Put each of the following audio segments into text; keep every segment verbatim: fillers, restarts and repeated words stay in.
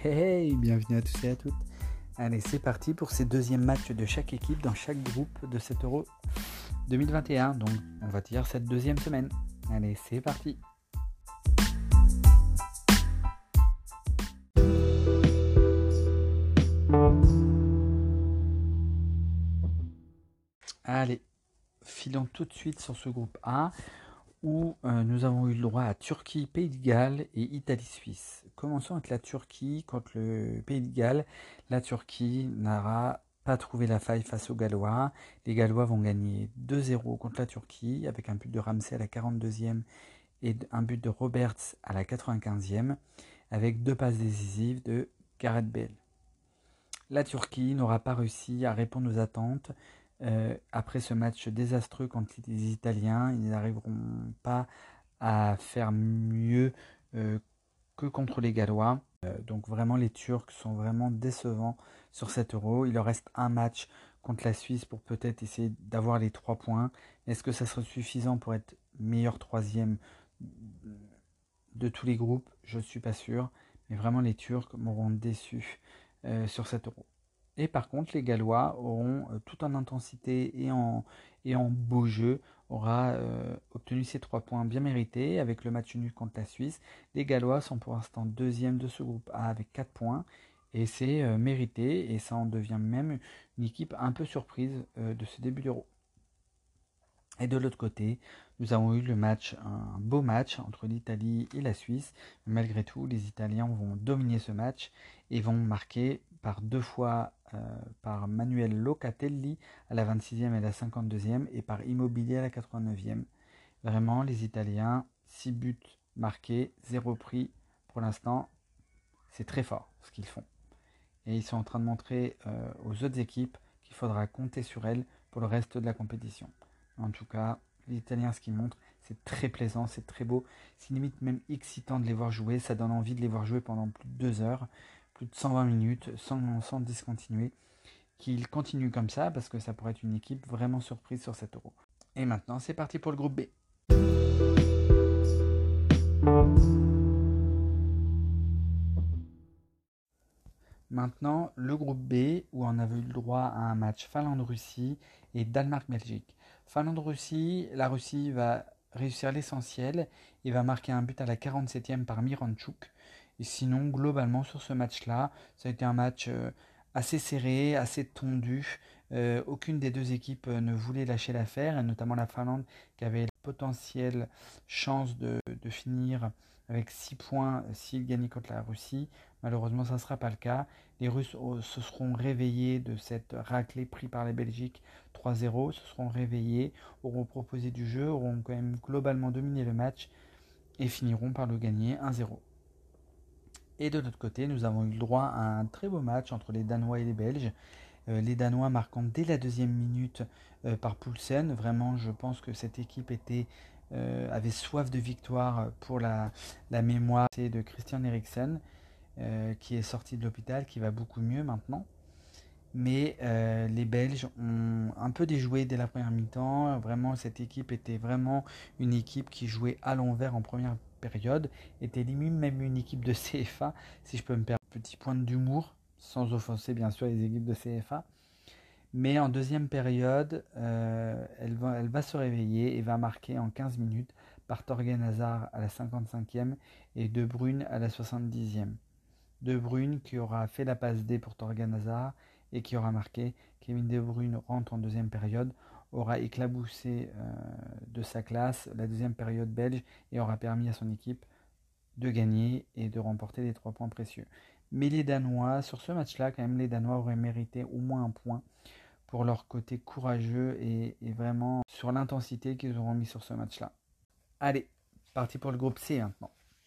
Hey, bienvenue à tous et à toutes. Allez, c'est parti pour ces deuxièmes matchs de chaque équipe dans chaque groupe de cet Euro deux mille vingt et un. Donc, on va dire cette deuxième semaine. Allez, c'est parti. Allez, filons tout de suite sur ce groupe A où euh, nous avons eu le droit à Turquie, Pays de Galles et Italie-Suisse. Commençons avec la Turquie contre le Pays de Galles. La Turquie n'aura pas trouvé la faille face aux Gallois. Les Gallois vont gagner deux zéro contre la Turquie avec un but de Ramsey à la quarante-deuxième et un but de Roberts à la quatre-vingt-quinzième avec deux passes décisives de Gareth Bale. La Turquie n'aura pas réussi à répondre aux attentes. Euh, après ce match désastreux contre les Italiens, ils n'arriveront pas à faire mieux euh, que contre les Gallois. Euh, donc vraiment, les Turcs sont vraiment décevants sur cet Euro. Il leur reste un match contre la Suisse pour peut-être essayer d'avoir les trois points. Est-ce que ça sera suffisant pour être meilleur troisième de tous les groupes? Je ne suis pas sûr. Mais vraiment, les Turcs m'auront déçu euh, sur cet Euro. Et par contre, les Gallois auront, euh, tout en intensité et en, et en beau jeu, aura euh, obtenu ces trois points bien mérités avec le match nul contre la Suisse. Les Gallois sont pour l'instant deuxième de ce groupe A avec quatre points. Et c'est euh, mérité et ça en devient même une équipe un peu surprise euh, de ce début d'Euro. Et de l'autre côté, nous avons eu le match, un beau match entre l'Italie et la Suisse. Malgré tout, les Italiens vont dominer ce match et vont marquer par deux fois euh, par Manuel Locatelli à la vingt-sixième et à la cinquante-deuxième et par Immobilier à la quatre-vingt-neuvième. Vraiment, les Italiens, six buts marqués, zéro pris pour l'instant. C'est très fort ce qu'ils font. Et ils sont en train de montrer euh, aux autres équipes qu'il faudra compter sur elles pour le reste de la compétition. En tout cas, les Italiens, ce qu'ils montrent, c'est très plaisant, c'est très beau. C'est limite même excitant de les voir jouer. Ça donne envie de les voir jouer pendant plus de deux heures, plus de cent vingt minutes, sans, sans discontinuer. Qu'ils continuent comme ça, parce que ça pourrait être une équipe vraiment surprise sur cet Euro. Et maintenant, c'est parti pour le groupe B. Maintenant, le groupe B, où on avait eu le droit à un match Finlande-Russie et Danemark-Belgique. Finlande-Russie, la Russie va réussir l'essentiel et va marquer un but à la quarante-septième par Miranchuk. Et sinon, globalement, sur ce match-là, ça a été un match euh, assez serré, assez tendu. Euh, aucune des deux équipes euh, ne voulait lâcher l'affaire, et notamment la Finlande qui avait la potentielle chance de, de finir avec six points s'il gagnait contre la Russie. Malheureusement, ça ne sera pas le cas. Les Russes se seront réveillés de cette raclée prise par les Belgiques trois zéro, se seront réveillés, auront proposé du jeu, auront quand même globalement dominé le match et finiront par le gagner un zéro. Et de l'autre côté, nous avons eu le droit à un très beau match entre les Danois et les Belges. Euh, les Danois marquant dès la deuxième minute euh, par Poulsen. Vraiment, je pense que cette équipe était, euh, avait soif de victoire pour la, la mémoire de Christian Eriksen, euh, qui est sorti de l'hôpital, qui va beaucoup mieux maintenant. Mais euh, les Belges ont un peu déjoué dès la première mi-temps. Vraiment, cette équipe était vraiment une équipe qui jouait à l'envers en première période. Était limite même une équipe de C F A, si je peux me permettre. Petit point d'humour, sans offenser bien sûr les équipes de C F A. Mais en deuxième période, euh, elle, va, elle va se réveiller et va marquer en quinze minutes par Torgan Hazard à la cinquante-cinquième et De Bruyne à la soixante-dixième. De Bruyne qui aura fait la passe D pour Torgan Hazard et qui aura marqué. Kevin De Bruyne rentre en deuxième période, aura éclaboussé euh, de sa classe la deuxième période belge et aura permis à son équipe de gagner et de remporter les trois points précieux. Mais les Danois, sur ce match-là, quand même, les Danois auraient mérité au moins un point pour leur côté courageux et, et vraiment sur l'intensité qu'ils auront mis sur ce match-là. Allez, parti pour le groupe C maintenant.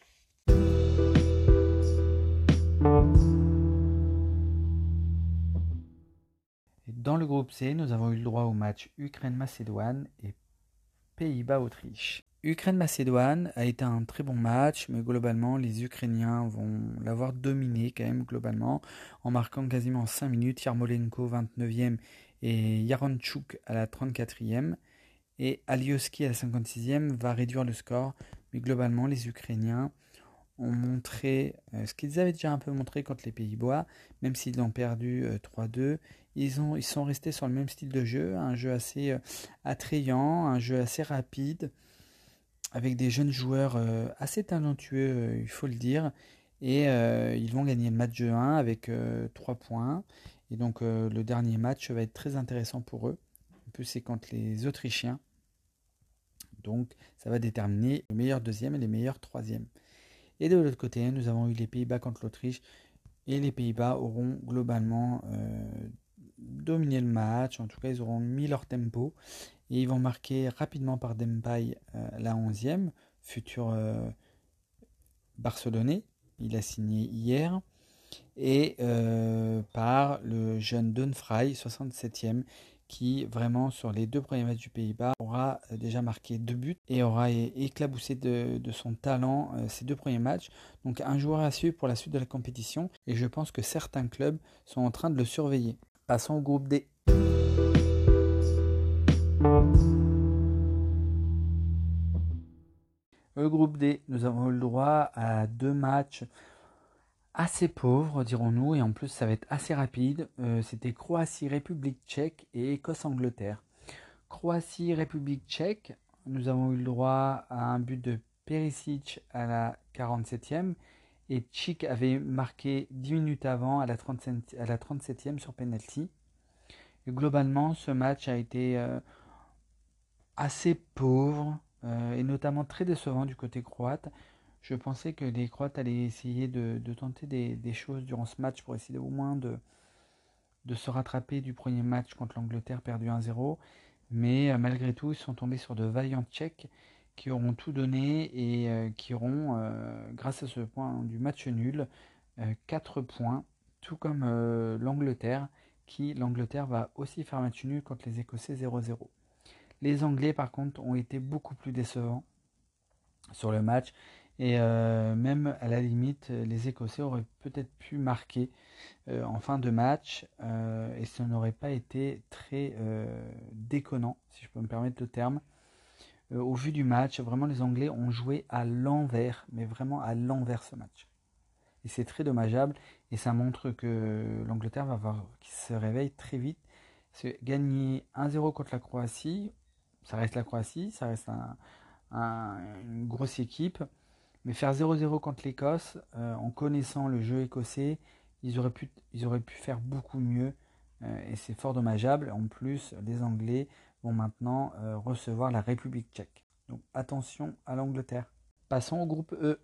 Et dans le groupe C, nous avons eu le droit au match Ukraine-Macédoine et Pays-Bas-Autriche. Ukraine-Macédoine a été un très bon match, mais globalement, les Ukrainiens vont l'avoir dominé quand même globalement, en marquant quasiment en cinq minutes, Yarmolenko vingt-neuvième et Yaronchuk à la trente-quatrième. Et Alioski à la cinquante-sixième va réduire le score, mais globalement, les Ukrainiens ont montré euh, ce qu'ils avaient déjà un peu montré contre les Pays-Bas, même s'ils l'ont perdu euh, trois deux. Ils, ont, ils sont restés sur le même style de jeu, un jeu assez euh, attrayant, un jeu assez rapide, avec des jeunes joueurs euh, assez talentueux, euh, il faut le dire. Et euh, ils vont gagner le match de un avec euh, trois points. Et donc euh, le dernier match va être très intéressant pour eux. En plus, c'est contre les Autrichiens. Donc ça va déterminer le meilleur deuxième et les meilleurs troisièmes. Et de l'autre côté, nous avons eu les Pays-Bas contre l'Autriche. Et les Pays-Bas auront globalement euh, dominé le match. En tout cas, ils auront mis leur tempo. Et ils vont marquer rapidement par Depay euh, la onzième, futur euh, Barcelonais. Il a signé hier. Et euh, par le jeune Dumfries, soixante-septième, qui vraiment sur les deux premiers matchs du Pays-Bas aura déjà marqué deux buts et aura éclaboussé de, de son talent euh, ces deux premiers matchs. Donc un joueur à suivre pour la suite de la compétition et je pense que certains clubs sont en train de le surveiller. Passons au groupe D. Le groupe D, nous avons eu le droit à deux matchs assez pauvres, dirons-nous, et en plus ça va être assez rapide. Euh, C'était Croatie, République tchèque et Écosse-Angleterre. Croatie, République tchèque, nous avons eu le droit à un but de Perisic à la quarante-septième et Tchik avait marqué dix minutes avant à la trente-septième sur penalty. Et globalement, ce match a été euh, assez pauvre euh, et notamment très décevant du côté croate. Je pensais que les Croates allaient essayer de, de tenter des, des choses durant ce match pour essayer au moins de, de se rattraper du premier match contre l'Angleterre perdu un zéro. Mais euh, malgré tout, ils sont tombés sur de vaillants Tchèques qui auront tout donné et euh, qui auront, euh, grâce à ce point du match nul, euh, quatre points, tout comme euh, l'Angleterre, qui l'Angleterre va aussi faire match nul contre les Écossais zéro zéro. Les Anglais, par contre, ont été beaucoup plus décevants sur le match. Et euh, même à la limite, les Écossais auraient peut-être pu marquer euh, en fin de match euh, et ça n'aurait pas été très euh, déconnant, si je peux me permettre le terme. Euh, au vu du match, vraiment les Anglais ont joué à l'envers, mais vraiment à l'envers ce match. Et c'est très dommageable et ça montre que l'Angleterre va avoir, qui se réveille très vite. Parce que gagner un zéro contre la Croatie, ça reste la Croatie, ça reste un, un, une grosse équipe. Mais faire zéro zéro contre l'Écosse, euh, en connaissant le jeu écossais, ils auraient pu, ils auraient pu faire beaucoup mieux. Euh, et c'est fort dommageable. En plus, les Anglais vont maintenant euh, recevoir la République tchèque. Donc attention à l'Angleterre. Passons au groupe E.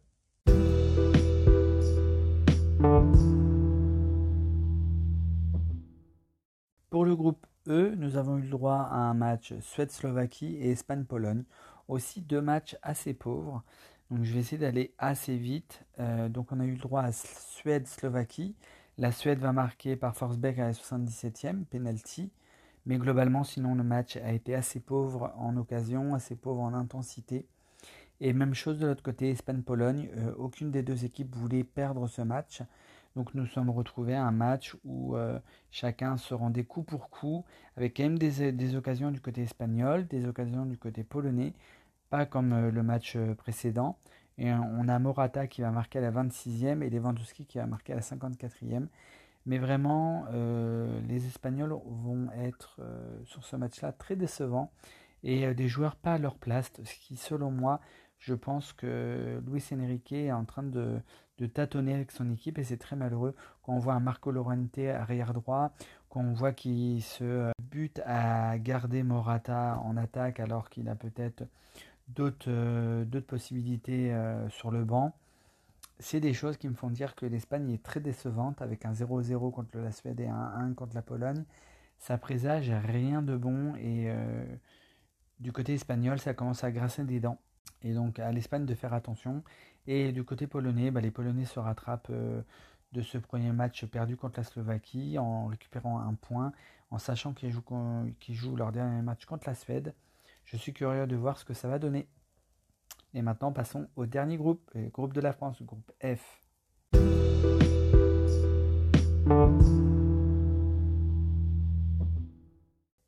Pour le groupe E, nous avons eu le droit à un match Suède-Slovaquie et Espagne-Pologne. Aussi deux matchs assez pauvres. Donc je vais essayer d'aller assez vite. Euh, donc on a eu le droit à Suède-Slovaquie. La Suède va marquer par Forsberg à la soixante-dix-septième, penalty. Mais globalement, sinon le match a été assez pauvre en occasion, assez pauvre en intensité. Et même chose de l'autre côté, Espagne-Pologne. Euh, aucune des deux équipes voulait perdre ce match. Donc nous sommes retrouvés à un match où euh, chacun se rendait coup pour coup, avec quand même des, des occasions du côté espagnol, des occasions du côté polonais, pas comme euh, le match euh, précédent. Et euh, on a Morata qui va marquer à la vingt-sixième et Lewandowski qui va marquer à la cinquante-quatrième. Mais vraiment, euh, les Espagnols vont être euh, sur ce match-là très décevants et euh, des joueurs pas à leur place, ce qui selon moi, je pense que Luis Enrique est en train de, de tâtonner avec son équipe et c'est très malheureux quand on voit un Marco Llorente arrière droit, quand on voit qu'il se euh, bute à garder Morata en attaque alors qu'il a peut-être d'autres euh, d'autres possibilités euh, sur le banc. C'est des choses qui me font dire que l'Espagne est très décevante avec un zéro zéro contre la Suède et un un contre la Pologne. Ça présage rien de bon et euh, du côté espagnol, ça commence à grincer des dents. Et donc à l'Espagne de faire attention. Et du côté polonais, bah, les Polonais se rattrapent euh, de ce premier match perdu contre la Slovaquie en récupérant un point, en sachant qu'ils jouent, qu'ils jouent leur dernier match contre la Suède. Je suis curieux de voir ce que ça va donner. Et maintenant, passons au dernier groupe, le groupe de la France, le groupe F.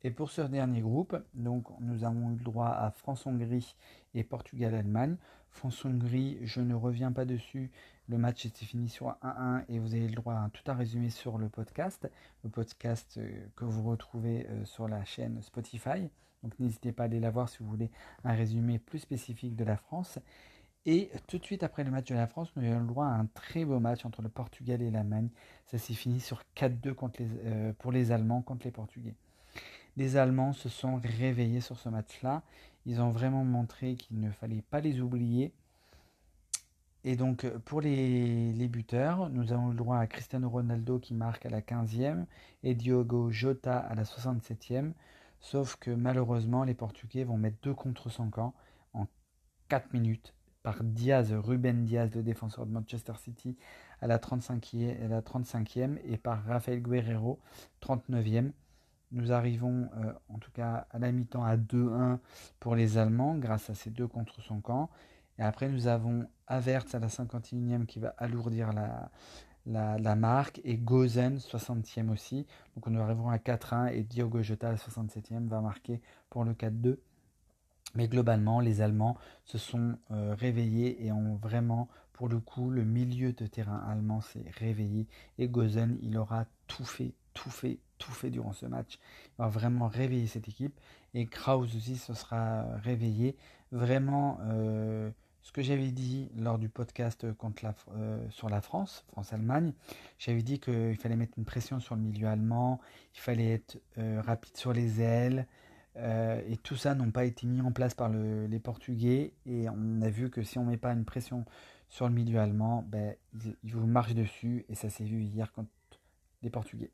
Et pour ce dernier groupe, donc nous avons eu le droit à France-Hongrie et Portugal-Allemagne. France-Hongrie, je ne reviens pas dessus. Le match était fini sur un un et vous avez le droit à tout un résumé sur le podcast. Le podcast que vous retrouvez sur la chaîne Spotify. Donc n'hésitez pas à aller la voir si vous voulez un résumé plus spécifique de la France. Et tout de suite après le match de la France, nous avons le droit à un très beau match entre le Portugal et l'Allemagne. Ça s'est fini sur quatre deux contre les, euh, pour les Allemands contre les Portugais. Les Allemands se sont réveillés sur ce match-là. Ils ont vraiment montré qu'il ne fallait pas les oublier. Et donc pour les, les buteurs, nous avons le droit à Cristiano Ronaldo qui marque à la quinzième et Diogo Jota à la soixante-septième. Sauf que malheureusement, les Portugais vont mettre deux contre son camp en quatre minutes par Diaz, Ruben Diaz, le défenseur de Manchester City, à la trente-cinquième et par Rafael Guerreiro, trente-neuvième. Nous arrivons euh, en tout cas à la mi-temps à deux un pour les Allemands grâce à ces deux contre son camp. Et après nous avons Havertz à la cinquante et unième qui va alourdir la, la, la marque et Gosens soixantième aussi. Donc nous arrivons à quatre un et Diogo Jota à la soixante-septième va marquer pour le quatre deux. Mais globalement, les Allemands se sont euh, réveillés et ont vraiment, pour le coup, le milieu de terrain allemand s'est réveillé. Et Gosens, il aura tout fait, tout fait, tout fait durant ce match. Il va vraiment réveiller cette équipe. Et Kraus aussi se sera réveillé. Vraiment, euh, ce que j'avais dit lors du podcast contre la, euh, sur la France, France-Allemagne, j'avais dit qu'il fallait mettre une pression sur le milieu allemand, il fallait être euh, rapide sur les ailes. Euh, et tout ça n'ont pas été mis en place par le, les Portugais. Et on a vu que si on ne met pas une pression sur le milieu allemand, ben, ils, ils vous marchent dessus. Et ça s'est vu hier contre les Portugais.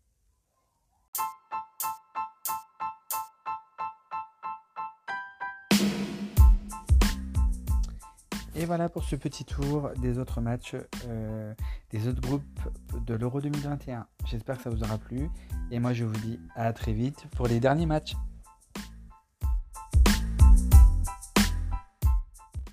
Et voilà pour ce petit tour des autres matchs, euh, des autres groupes de l'Euro deux mille vingt et un. J'espère que ça vous aura plu. Et moi je vous dis à très vite pour les derniers matchs.